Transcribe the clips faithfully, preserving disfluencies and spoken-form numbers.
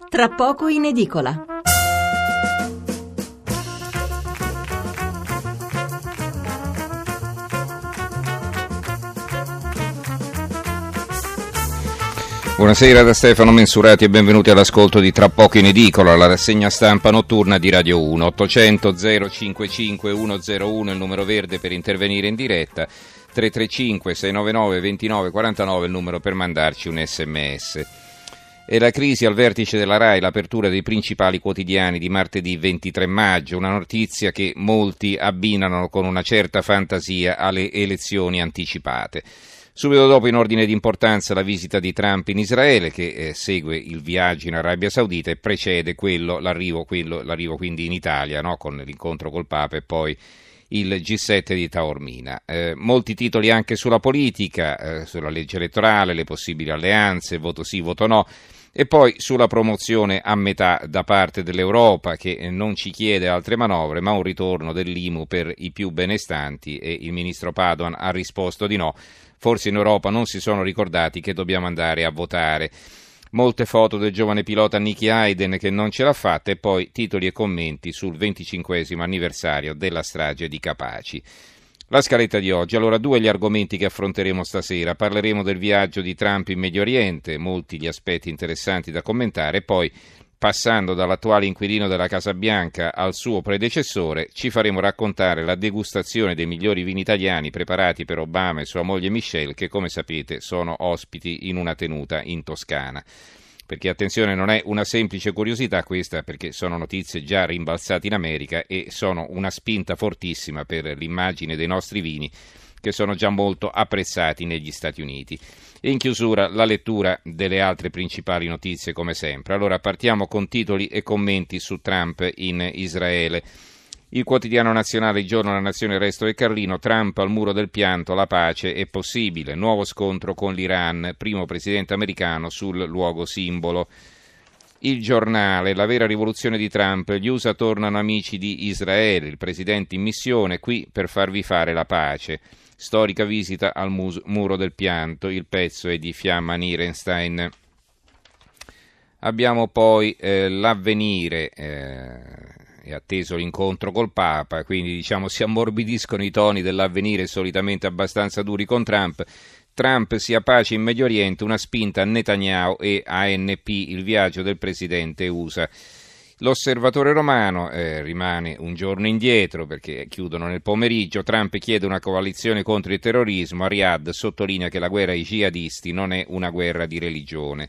Tra poco in edicola. Buonasera da Stefano Mensurati e benvenuti all'ascolto di Tra poco in edicola, la rassegna stampa notturna di Radio uno. ottocento zero cinquantacinque centouno il numero verde per intervenire in diretta, tre tre cinque sei nove nove due nove quattro nove il numero per mandarci un sms. E la crisi al vertice della RAI, l'apertura dei principali quotidiani di martedì ventitré maggio, una notizia che molti abbinano con una certa fantasia alle elezioni anticipate. Subito dopo, in ordine di importanza, la visita di Trump in Israele, che eh, segue il viaggio in Arabia Saudita e precede quello, l'arrivo, quello, l'arrivo quindi in Italia, no? Con l'incontro col Papa e poi il G sette di Taormina. Eh, molti titoli anche sulla politica, eh, sulla legge elettorale, le possibili alleanze, voto sì, voto no, e poi sulla promozione a metà da parte dell'Europa, che non ci chiede altre manovre, ma un ritorno dell'I M U per i più benestanti, e il ministro Padoan ha risposto di no. Forse in Europa non si sono ricordati che dobbiamo andare a votare. Molte foto del giovane pilota Nicky Hayden che non ce l'ha fatta, e poi titoli e commenti sul venticinquesimo anniversario della strage di Capaci. La scaletta di oggi. Allora, due gli argomenti che affronteremo stasera. Parleremo del viaggio di Trump in Medio Oriente, molti gli aspetti interessanti da commentare, e poi, passando dall'attuale inquilino della Casa Bianca al suo predecessore, ci faremo raccontare la degustazione dei migliori vini italiani preparati per Obama e sua moglie Michelle, che come sapete sono ospiti in una tenuta in Toscana. Perché attenzione, non è una semplice curiosità questa, perché sono notizie già rimbalzate in America e sono una spinta fortissima per l'immagine dei nostri vini, che sono già molto apprezzati negli Stati Uniti. E in chiusura la lettura delle altre principali notizie come sempre. Allora partiamo con titoli e commenti su Trump in Israele. Il quotidiano nazionale Il Giorno, La Nazione, Il Resto e Carlino. Trump al muro del pianto, la pace è possibile. Nuovo scontro con l'Iran, primo presidente americano sul luogo simbolo. Il Giornale, la vera rivoluzione di Trump, gli U S A tornano amici di Israele, il presidente in missione qui per farvi fare la pace. Storica visita al mus- muro del pianto, il pezzo è di Fiamma Nirenstein. Abbiamo poi eh, l'Avvenire, eh, è atteso l'incontro col Papa, quindi diciamo si ammorbidiscono i toni dell'Avvenire, solitamente abbastanza duri con Trump. Trump sia pace in Medio Oriente, una spinta a Netanyahu e A N P, il viaggio del presidente U S A. L'Osservatore Romano eh, rimane un giorno indietro perché chiudono nel pomeriggio. Trump chiede una coalizione contro il terrorismo, a Riyadh sottolinea che la guerra ai jihadisti non è una guerra di religione.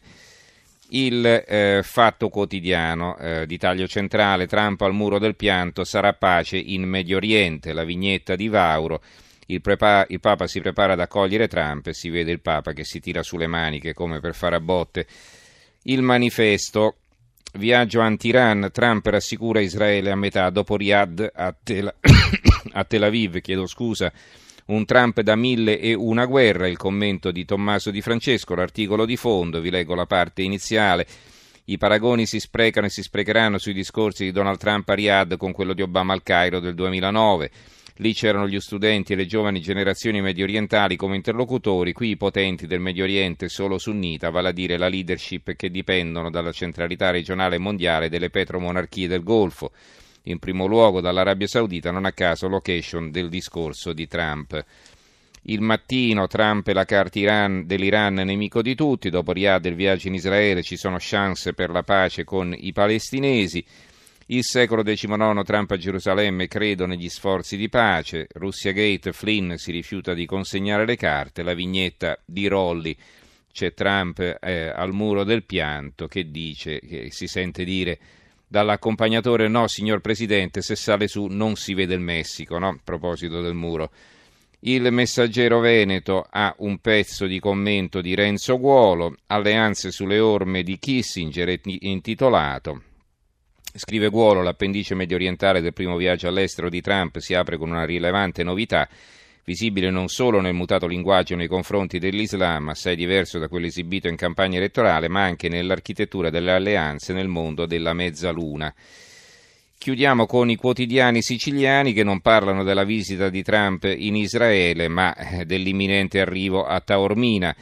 Il eh, Fatto Quotidiano, eh, di taglio centrale, Trump al muro del pianto, sarà pace in Medio Oriente, la vignetta di Vauro. Il, prepa- il Papa si prepara ad accogliere Trump e si vede il Papa che si tira sulle maniche come per fare a botte. Il Manifesto, viaggio anti-Iran, Trump rassicura Israele a metà, dopo Riyadh a Tel, a Tel Aviv, chiedo scusa, un Trump da mille e una guerra, il commento di Tommaso Di Francesco, l'articolo di fondo, vi leggo la parte iniziale. I paragoni si sprecano e si sprecheranno sui discorsi di Donald Trump a Riyadh con quello di Obama al Cairo del duemilanove. Lì c'erano gli studenti e le giovani generazioni medio orientali come interlocutori, qui i potenti del Medio Oriente solo sunnita, vale a dire la leadership che dipendono dalla centralità regionale e mondiale delle petromonarchie del Golfo, in primo luogo dall'Arabia Saudita, non a caso location del discorso di Trump. Il Mattino, Trump e la carta Iran, dell'Iran nemico di tutti, dopo Riyadh il viaggio in Israele, ci sono chance per la pace con i palestinesi. Il Secolo diciannove, Trump a Gerusalemme, credo negli sforzi di pace. Russia Gate, Flynn si rifiuta di consegnare le carte. La vignetta di Rolli, c'è Trump eh, al muro del pianto che dice, che si sente dire dall'accompagnatore: no signor Presidente, se sale su non si vede il Messico, no? A proposito del muro. Il Messaggero Veneto ha un pezzo di commento di Renzo Guolo, alleanze sulle orme di Kissinger, intitolato. Scrive Guolo, l'appendice mediorientale del primo viaggio all'estero di Trump si apre con una rilevante novità, visibile non solo nel mutato linguaggio nei confronti dell'Islam, assai diverso da quello esibito in campagna elettorale, ma anche nell'architettura delle alleanze nel mondo della mezzaluna. Chiudiamo con i quotidiani siciliani che non parlano della visita di Trump in Israele, ma dell'imminente arrivo a Taormina.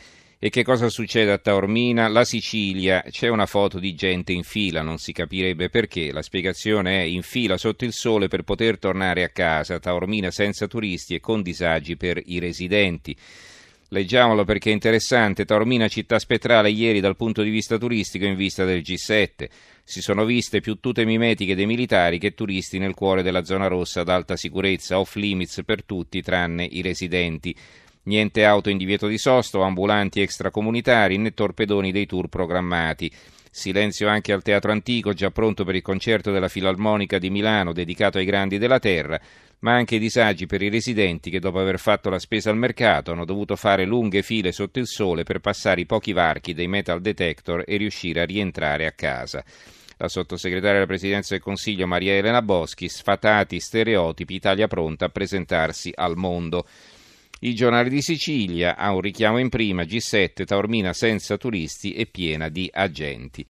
E che cosa succede a Taormina? La Sicilia, c'è una foto di gente in fila, non si capirebbe perché, la spiegazione è in fila sotto il sole per poter tornare a casa, Taormina senza turisti e con disagi per i residenti. Leggiamolo perché è interessante, Taormina città spettrale ieri dal punto di vista turistico in vista del G sette. Si sono viste più tute mimetiche dei militari che turisti nel cuore della zona rossa ad alta sicurezza, off limits per tutti tranne i residenti. Niente auto in divieto di sosta, ambulanti extracomunitari né torpedoni dei tour programmati. Silenzio anche al Teatro Antico, già pronto per il concerto della Filarmonica di Milano dedicato ai grandi della terra, ma anche disagi per i residenti che dopo aver fatto la spesa al mercato hanno dovuto fare lunghe file sotto il sole per passare i pochi varchi dei metal detector e riuscire a rientrare a casa. La sottosegretaria della Presidenza del Consiglio Maria Elena Boschi, sfatati stereotipi, Italia pronta a presentarsi al mondo. Il Giornale di Sicilia ha un richiamo in prima, G sette, Taormina senza turisti e piena di agenti.